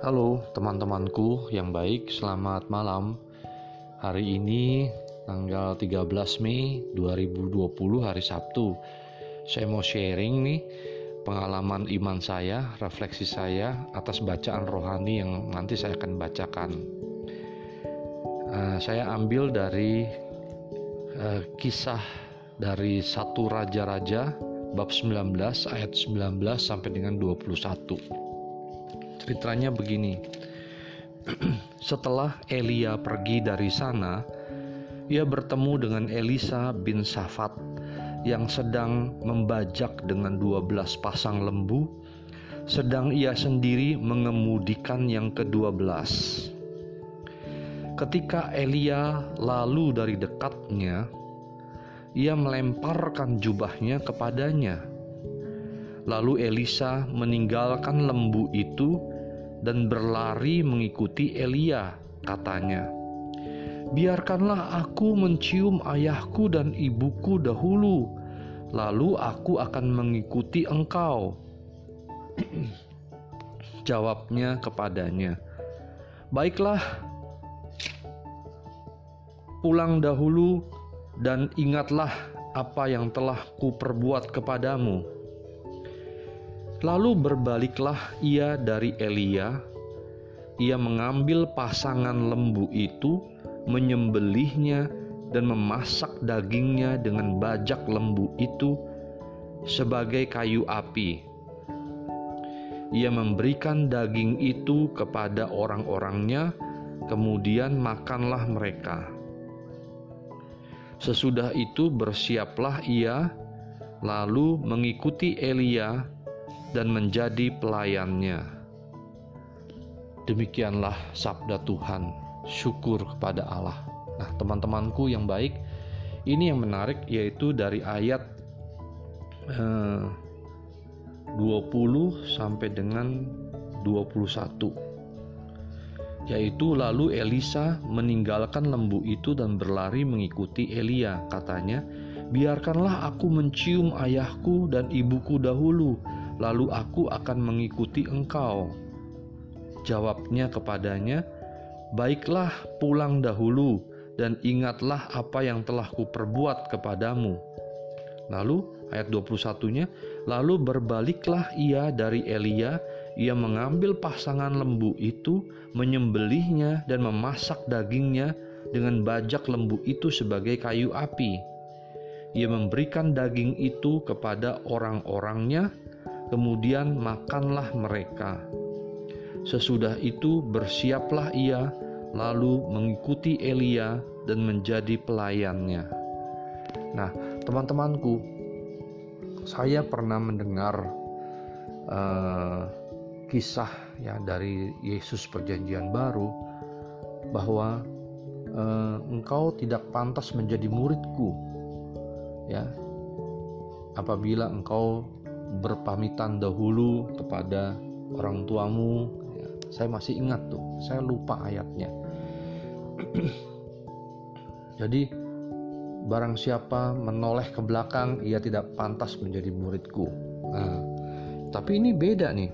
Halo teman-temanku yang baik, selamat malam. Hari ini tanggal 13 Mei 2020 hari Sabtu. Saya mau sharing nih pengalaman iman saya, refleksi saya atas bacaan rohani yang nanti saya akan bacakan. Saya ambil dari kisah dari 1 Raja-Raja bab 19 ayat 19 sampai dengan 21. Ceritanya begini. Setelah Elia pergi dari sana, ia bertemu dengan Elisa bin Safat yang sedang membajak dengan 12 pasang lembu, sedang ia sendiri mengemudikan yang ke-12. Ketika Elia lalu dari dekatnya, ia melemparkan jubahnya kepadanya. Lalu Elisa meninggalkan lembu itu dan berlari mengikuti Elia, katanya, "Biarkanlah aku mencium ayahku dan ibuku dahulu, lalu aku akan mengikuti engkau." Jawabnya kepadanya, "Baiklah, pulang dahulu dan ingatlah apa yang telah kuperbuat kepadamu." Lalu berbaliklah ia dari Elia. Ia mengambil pasangan lembu itu, menyembelihnya dan memasak dagingnya dengan bajak lembu itu sebagai kayu api. Ia memberikan daging itu kepada orang-orangnya, kemudian makanlah mereka. Sesudah itu bersiaplah ia, lalu mengikuti Elia dan menjadi pelayannya. Demikianlah sabda Tuhan. Syukur kepada Allah. Nah, teman-temanku yang baik, ini yang menarik yaitu dari ayat 20 sampai dengan 21. Yaitu lalu Elisa meninggalkan lembu itu dan berlari mengikuti Elia, katanya, "Biarkanlah aku mencium ayahku dan ibuku dahulu, lalu aku akan mengikuti engkau." Jawabnya kepadanya, "Baiklah, pulang dahulu dan ingatlah apa yang telah kuperbuat kepadamu." Lalu ayat 21-nya, lalu berbaliklah ia dari Elia, ia mengambil pasangan lembu itu, menyembelihnya dan memasak dagingnya dengan bajak lembu itu sebagai kayu api. Ia memberikan daging itu kepada orang-orangnya, kemudian makanlah mereka. Sesudah itu bersiaplah ia, lalu mengikuti Elia dan menjadi pelayannya. Nah, teman-temanku, saya pernah mendengar kisah ya dari Yesus Perjanjian Baru bahwa engkau tidak pantas menjadi muridku, ya, apabila engkau berpamitan dahulu kepada orang tuamu. Ya, saya masih ingat tuh, saya lupa ayatnya. Jadi barang siapa menoleh ke belakang, ia tidak pantas menjadi muridku. Nah, tapi ini beda nih.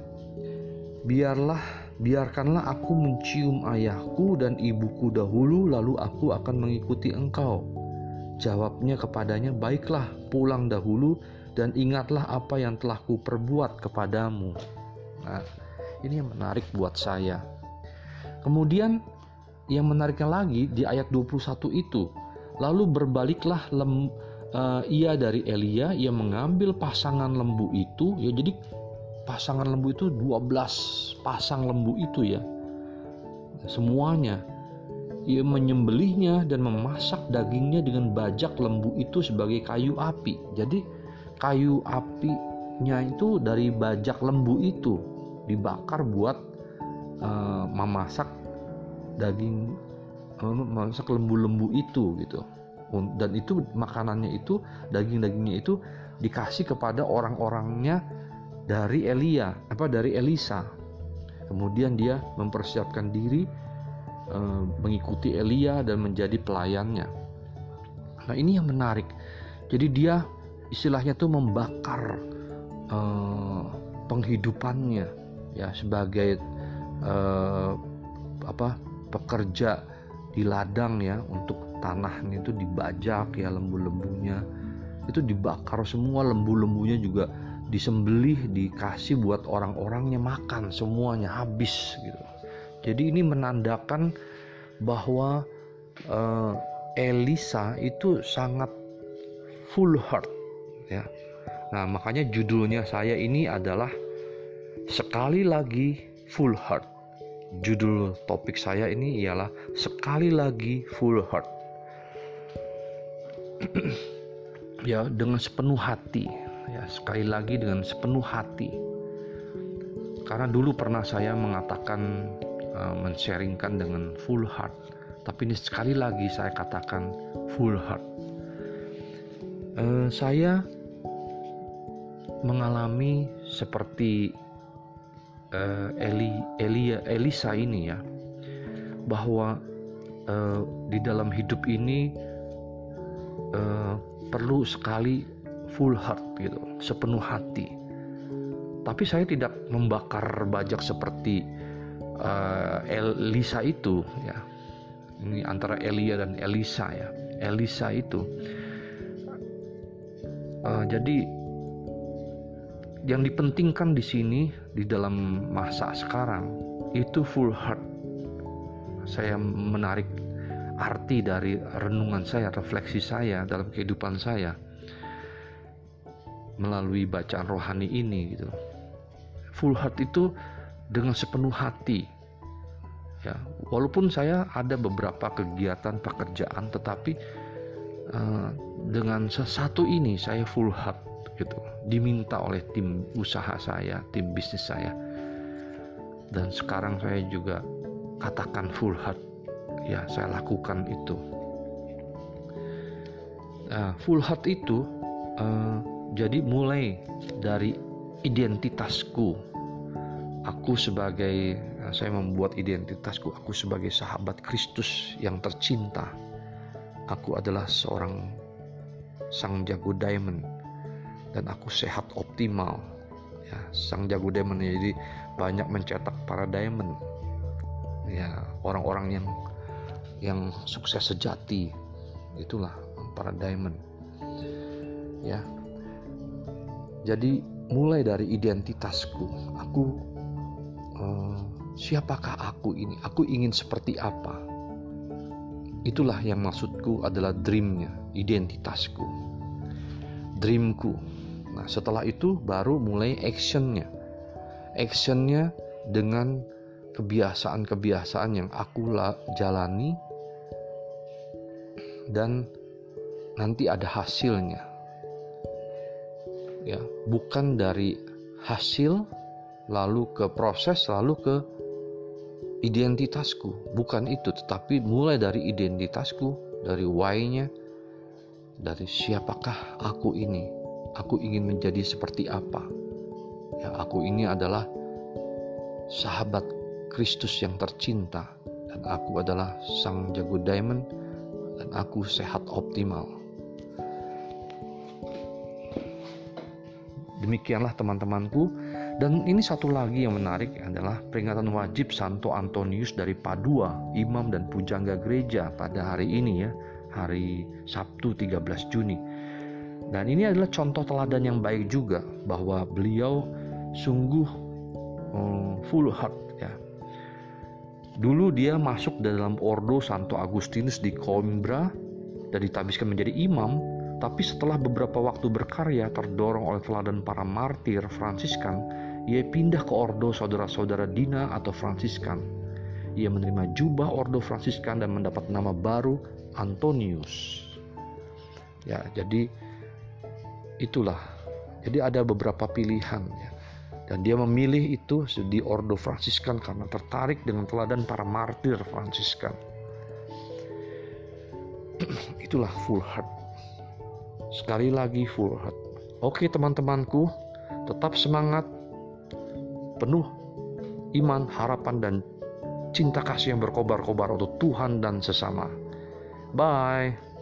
Biarkanlah aku mencium ayahku dan ibuku dahulu, lalu aku akan mengikuti engkau. Jawabnya kepadanya, "Baiklah, pulang dahulu dan ingatlah apa yang telah kuperbuat kepadamu." Nah, ini yang menarik buat saya. Kemudian yang menariknya lagi di ayat 21 itu, lalu berbaliklah ia dari Elia, ia mengambil pasangan lembu itu, ya, jadi pasangan lembu itu 12 pasang lembu itu, ya, semuanya. Ia menyembelihnya dan memasak dagingnya dengan bajak lembu itu sebagai kayu api. Jadi kayu apinya itu dari bajak lembu itu dibakar buat memasak daging, memasak lembu-lembu itu gitu. Dan itu makanannya itu, daging-dagingnya itu dikasih kepada orang-orangnya dari Elisa. Kemudian dia mempersiapkan diri mengikuti Elia dan menjadi pelayannya. Nah, ini yang menarik. Jadi dia istilahnya tuh membakar penghidupannya, ya, sebagai pekerja di ladang ya, untuk tanahnya itu dibajak ya, lembu-lembunya itu dibakar semua, lembu-lembunya juga disembelih, dikasih buat orang-orangnya makan, semuanya habis gitu. Jadi ini menandakan bahwa Elisa itu sangat full heart ya. Nah, makanya judulnya saya ini adalah sekali lagi full heart. Judul topik saya ini ialah sekali lagi full heart. Ya, dengan sepenuh hati ya, sekali lagi dengan sepenuh hati. Karena dulu pernah saya mengatakan men-sharingkan dengan full heart, tapi ini sekali lagi saya katakan full heart. Saya mengalami seperti Elisa ini ya, bahwa di dalam hidup ini perlu sekali full heart gitu, sepenuh hati. Tapi saya tidak membakar bajak seperti Elisa itu ya. Ini antara Elia dan Elisa ya. Elisa itu jadi yang dipentingkan di sini di dalam masa sekarang itu full heart. Saya menarik arti dari renungan saya, refleksi saya dalam kehidupan saya melalui bacaan rohani ini gitu. Full heart itu dengan sepenuh hati ya. Walaupun saya ada beberapa kegiatan pekerjaan, tetapi dengan satu ini saya full heart gitu, diminta oleh tim usaha saya, tim bisnis saya, dan sekarang saya juga katakan full heart ya, saya lakukan itu. Full heart itu jadi mulai dari identitasku. Saya membuat identitasku, aku sebagai sahabat Kristus yang tercinta. Aku adalah seorang sang jago diamond dan aku sehat optimal ya. Sang jago diamond ya, jadi banyak mencetak para diamond ya, orang-orang yang sukses sejati, itulah para diamond ya. Jadi mulai dari identitasku, siapakah aku ini, aku ingin seperti apa. Itulah yang maksudku adalah dreamnya, identitasku, dreamku. Nah, setelah itu baru mulai actionnya dengan kebiasaan-kebiasaan yang aku jalani, dan nanti ada hasilnya ya. Bukan dari hasil lalu ke proses lalu ke identitasku, bukan itu, tetapi mulai dari identitasku, dari why-nya, dari siapakah aku ini, aku ingin menjadi seperti apa ya. Aku ini adalah sahabat Kristus yang tercinta, dan aku adalah sang jago diamond, dan aku sehat optimal. Demikianlah teman-temanku. Dan ini satu lagi yang menarik adalah peringatan wajib Santo Antonius dari Padua, imam dan pujangga gereja pada hari ini ya, hari Sabtu 13 Juni. Dan ini adalah contoh teladan yang baik juga, bahwa beliau sungguh full heart ya. Dulu dia masuk dalam ordo Santo Agustinus di Coimbra dan ditabiskan menjadi imam. Tapi setelah beberapa waktu berkarya, terdorong oleh teladan para martir Fransiskan, ia pindah ke ordo saudara-saudara Dina atau Fransiskan. Ia menerima jubah ordo Fransiskan dan mendapat nama baru Antonius. Ya, jadi itulah. Jadi ada beberapa pilihan ya. Dan dia memilih itu di ordo Fransiskan karena tertarik dengan teladan para martir Fransiskan. Itulah full heart. Sekali lagi full heart. Oke teman-temanku, tetap semangat, penuh iman, harapan, dan cinta kasih yang berkobar-kobar untuk Tuhan dan sesama. Bye.